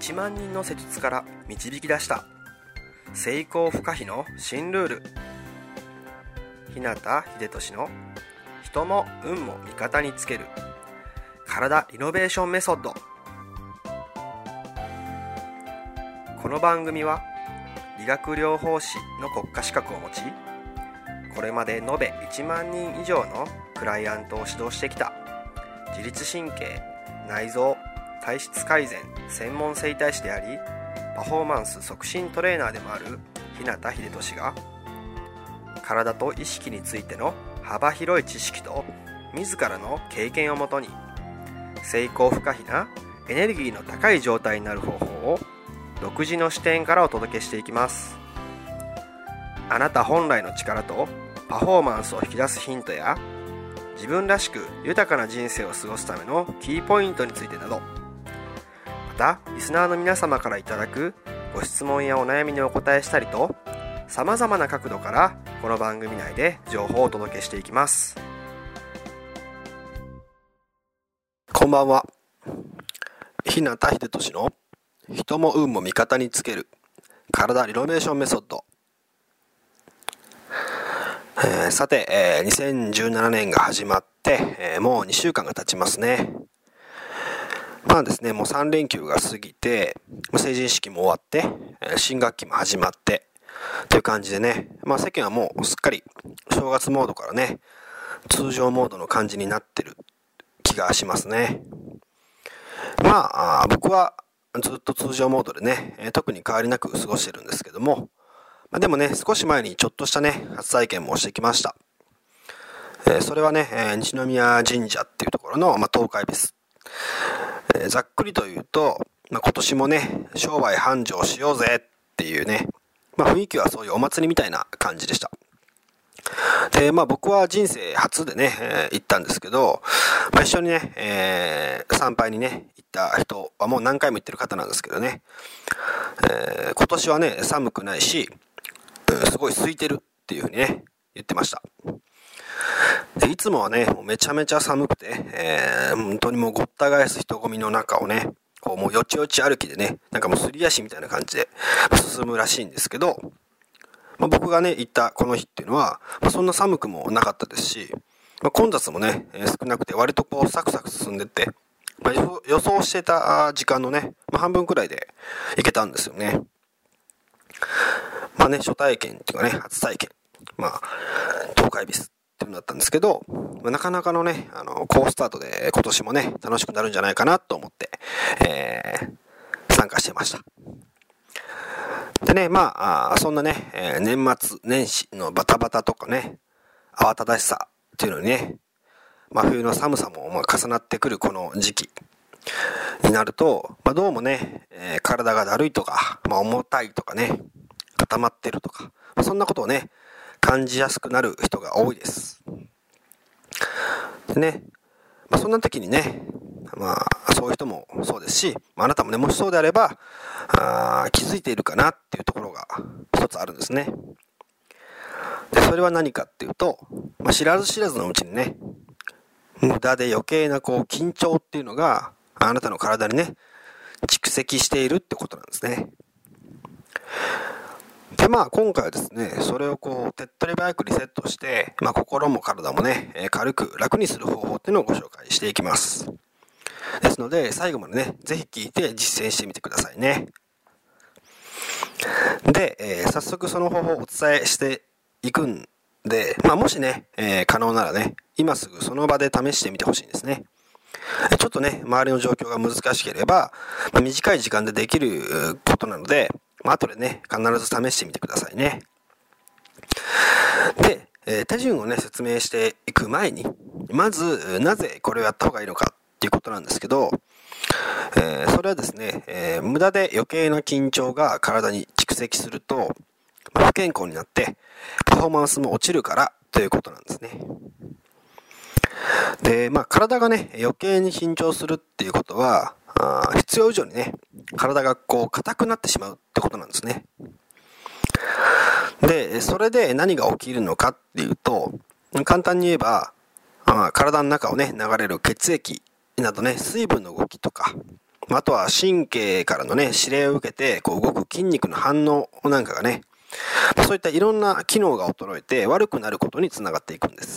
1万人の施術から導き出した成功不可避の新ルール。日向秀俊の人も運も味方につける体リノベーションメソッド。この番組は理学療法士の国家資格を持ち、これまで延べ1万人以上のクライアントを指導してきた自律神経、内臓、体質改善専門整体師であり、パフォーマンス促進トレーナーでもある日向秀俊が、体と意識についての幅広い知識と自らの経験をもとに、成功不可避なエネルギーの高い状態になる方法を独自の視点からお届けしていきます。あなた本来の力とパフォーマンスを引き出すヒントや、自分らしく豊かな人生を過ごすためのキーポイントについてなど、またリスナーの皆様からいただくご質問やお悩みにお答えしたりと、さまざまな角度からこの番組内で情報をお届けしていきます。こんばんは。日向秀俊の人も運も味方につける体リノベーションメソッド。さて、2017年が始まって、もう2週間が経ちますね。まあですね、もう3連休が過ぎて、成人式も終わって、新学期も始まってという感じでね、世間はもうすっかり正月モードからね、通常モードの感じになってる気がしますね。僕はずっと通常モードでね、特に変わりなく過ごしてるんですけども、でもね、少し前にちょっとしたね、初体験もしてきました。それはね、西宮神社っていうところの、東海フェス。ざっくりと言うと、今年もね、商売繁盛しようぜっていうね、雰囲気はそういうお祭りみたいな感じでした。で、僕は人生初でね、行ったんですけど、一緒にね、参拝にね、行った人はもう何回も行ってる方なんですけどね、今年はね、寒くないし、すごい空いてるっていうふうにね、言ってました。で、いつもはね、もうめちゃめちゃ寒くて、本当にもうごった返す人混みの中をね、こうもうよちよち歩きでね、なんかもうすり足みたいな感じで進むらしいんですけど、僕がね、行ったこの日っていうのは、そんな寒くもなかったですし、混雑もね、少なくて割とこうサクサク進んでって、予想してた時間のね、半分くらいで行けたんですよね。初体験っていうかね、初体験。東海ビスっていうのだったんですけど、なかなかのね、好スタートで今年もね、楽しくなるんじゃないかなと思って、参加してました。でね、そんなね、年末年始のバタバタとかね、慌ただしさっていうのにね、冬の寒さも重なってくるこの時期になると、どうもね、体がだるいとか、重たいとかね、固まってるとか、そんなことをね、感じやすくなる人が多いです。でね、そんな時にね、そういう人もそうですし、あなたもね、もしそうであれば、気づいているかなっていうところが一つあるんですね。で、それは何かっていうと、知らず知らずのうちにね、無駄で余計な緊張っていうのがあなたの体にね、蓄積しているってことなんですね。で、今回はですね、それを手っ取り早くリセットして、心も体もね、軽く楽にする方法っていうのをご紹介していきます。ですので、最後までね、ぜひ聞いて実践してみてくださいね。で、早速その方法をお伝えしていくんで、もしね、可能ならね、今すぐその場で試してみてほしいんですね。ちょっとね、周りの状況が難しければ、短い時間でできることなので、後でね、必ず試してみてくださいね。で、手順をね、説明していく前に、まず、なぜこれをやった方がいいのかっていうことなんですけど、それはですね、無駄で余計な緊張が体に蓄積すると、不健康になって、パフォーマンスも落ちるからということなんですね。で、体がね、余計に緊張するっていうことは、必要以上にね、体が硬くなってしまうってことなんですね。で、それで何が起きるのかっていうと、簡単に言えば、体の中をね、流れる血液などね、水分の動きとか、 あとは神経からのね、指令を受けてこう動く筋肉の反応なんかがね、そういったいろんな機能が衰えて悪くなることにつながっていくんです。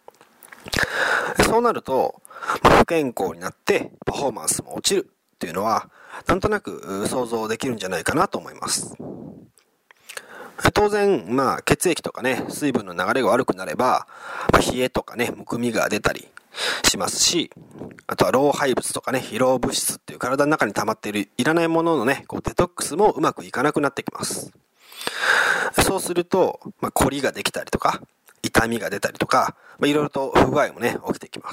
そうなると、不健康になってパフォーマンスも落ちるっていうのはなんとなく想像できるんじゃないかなと思います。当然、血液とかね、水分の流れが悪くなれば、冷えとかね、むくみが出たりしますし、あとは老廃物とかね、疲労物質っていう体の中に溜まっているいらないもののね、こうデトックスもうまくいかなくなってきます。そうすると、凝りができたりとか、痛みが出たりとか、いろいろと不具合もね、起きてきます。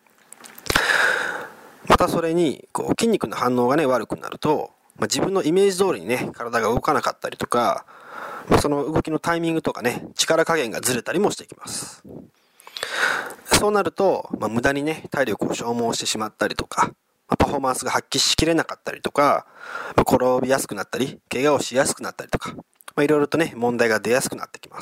またそれにこう筋肉の反応がね、悪くなると、自分のイメージ通りにね、体が動かなかったりとか、その動きのタイミングとかね、力加減がずれたりもしてきます。そうなると、無駄にね、体力を消耗してしまったりとか、パフォーマンスが発揮しきれなかったりとか、転びやすくなったり、怪我をしやすくなったりとか、いろいろとね、問題が出やすくなってきます。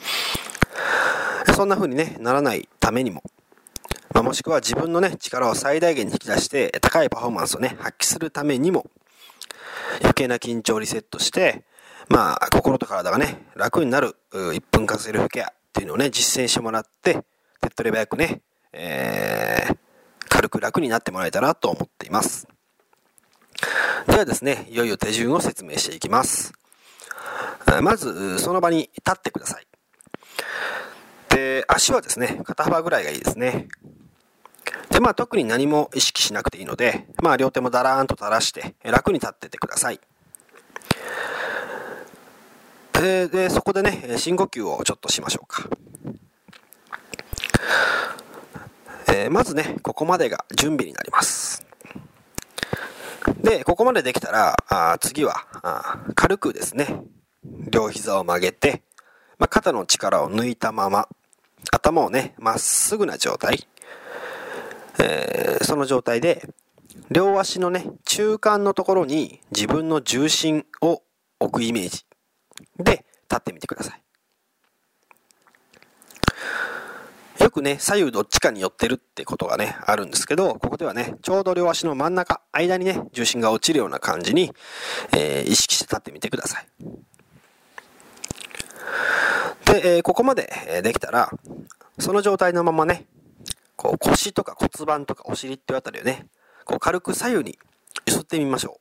そんな風にね、ならないためにも、もしくは自分のね、力を最大限に引き出して高いパフォーマンスをね、発揮するためにも、余計な緊張をリセットして、心と体がね、楽になる1分間セルフケアっていうのをね、実践してもらって、手っ取り早くね、軽く楽になってもらえたらと思っています。ではですね、いよいよ手順を説明していきます。まず、その場に立ってください。で、足はですね、肩幅ぐらいがいいですね。で、特に何も意識しなくていいので、両手もだらーんと垂らして楽に立っててください。で、そこでね、深呼吸をちょっとしましょうか。まずね、ここまでが準備になります。で、ここまでできたら、次は軽くですね、両膝を曲げて、肩の力を抜いたまま、頭をね、まっすぐな状態、その状態で、両足のね、中間のところに自分の重心を置くイメージで立ってみてください。よくね、左右どっちかに寄ってるってことがね、あるんですけど、ここではね、ちょうど両足の真ん中、間にね、重心が落ちるような感じに、意識して立ってみてください。で、ここまでできたら、その状態のままね、こう腰とか骨盤とかお尻っていうあたりをね、こう軽く左右に揺すってみましょ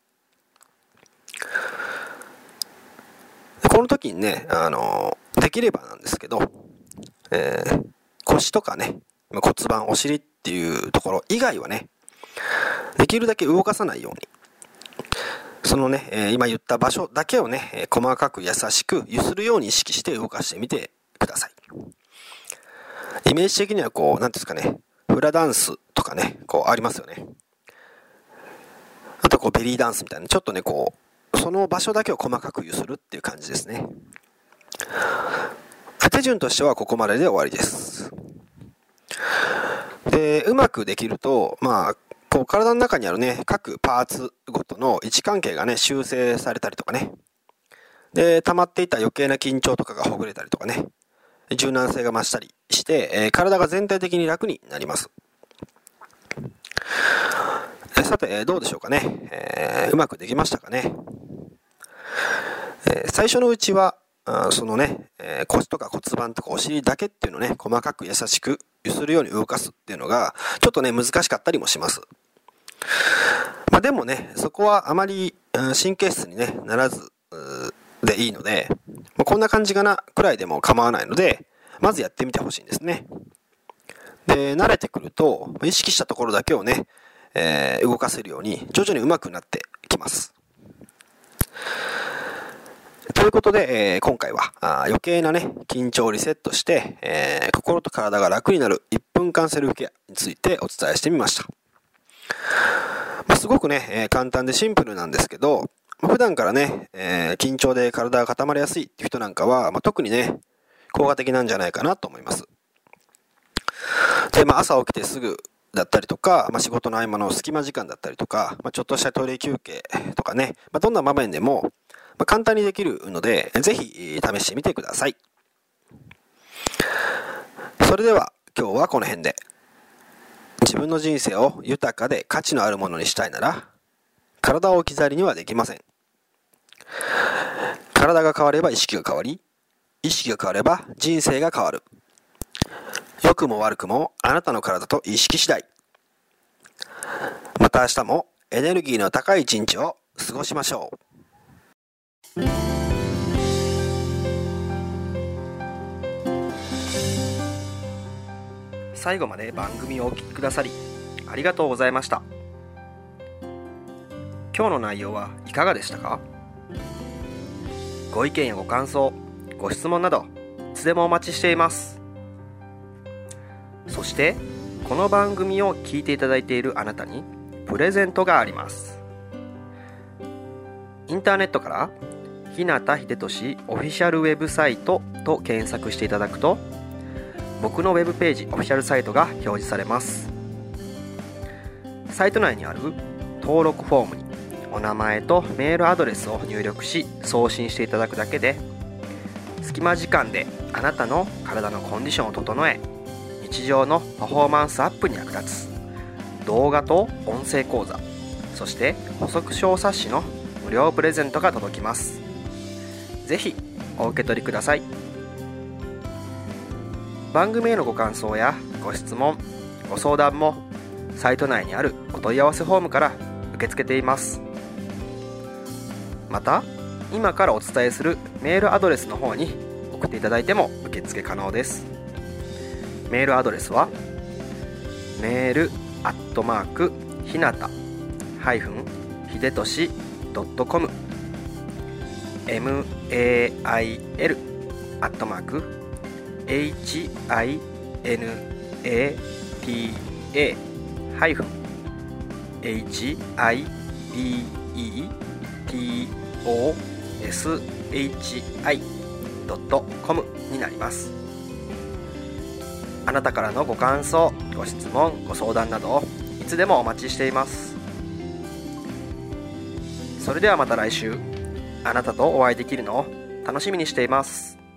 う。でこの時にね、できればなんですけど、腰とかね、骨盤、お尻っていうところ以外はね、できるだけ動かさないように、そのね、今言った場所だけをね、細かく優しく揺するように意識して動かしてみてください。イメージ的にはこう、なんですかね、フラダンスとかね、こうありますよね。あとこうベリーダンスみたいな、ちょっとね、こう、その場所だけを細かく揺するっていう感じですね。手順としてはここまでで終わりです。で、うまくできると、こう体の中にあるね、各パーツごとの位置関係がね、修正されたりとかね。で、溜まっていた余計な緊張とかがほぐれたりとかね。柔軟性が増したりして、体が全体的に楽になります。さて、どうでしょうかね。うまくできましたかね。最初のうちは、そのね、腰とか骨盤とかお尻だけっていうのをね、細かく優しく揺するように動かすっていうのが、ちょっとね、難しかったりもします。でもね、そこはあまり神経質に、ね、ならずでいいので、こんな感じかなくらいでも構わないので、まずやってみてほしいんですね。で、慣れてくると、意識したところだけをね、動かせるように徐々に上手くなってきます。ということで、今回は余計なね、緊張をリセットして、心と体が楽になる1分間セルフケアについてお伝えしてみました。すごくね、簡単でシンプルなんですけど、普段からね、緊張で体が固まりやすいっていう人なんかは、特にね、効果的なんじゃないかなと思います。で、朝起きてすぐだったりとか、仕事の合間の隙間時間だったりとか、ちょっとしたトイレ休憩とかね、どんな場面でも、簡単にできるので、ぜひ試してみてください。それでは今日はこの辺で。自分分の人生を豊かで価値のあるものにしたいなら、体を置き去りにはできません。体が変われば意識が変わり、意識が変われば人生が変わる。良くも悪くもあなたの体と意識次第。また明日もエネルギーの高い一日を過ごしましょう。最後まで番組をお聞きくださりありがとうございました。今日の内容はいかがでしたか？ご意見やご感想、ご質問などいつでもお待ちしています。そしてこの番組を聞いていただいているあなたにプレゼントがあります。インターネットから日向秀俊オフィシャルウェブサイトと検索していただくと、僕のウェブページオフィシャルサイトが表示されます。サイト内にある登録フォームにお名前とメールアドレスを入力し送信していただくだけで、隙間時間であなたの体のコンディションを整え、日常のパフォーマンスアップに役立つ動画と音声講座、そして補足小冊子の無料プレゼントが届きます。ぜひお受け取りください。番組へのご感想やご質問、ご相談もサイト内にあるお問い合わせフォームから受け付けています。また今からお伝えするメールアドレスの方に送っていただいても受付可能です。メールアドレスはメールひなたひでとし.com mail hinata-hidetoshi.com になります。あなたからのご感想、ご質問、ご相談などいつでもお待ちしています。それではまた来週、あなたとお会いできるのを楽しみにしています。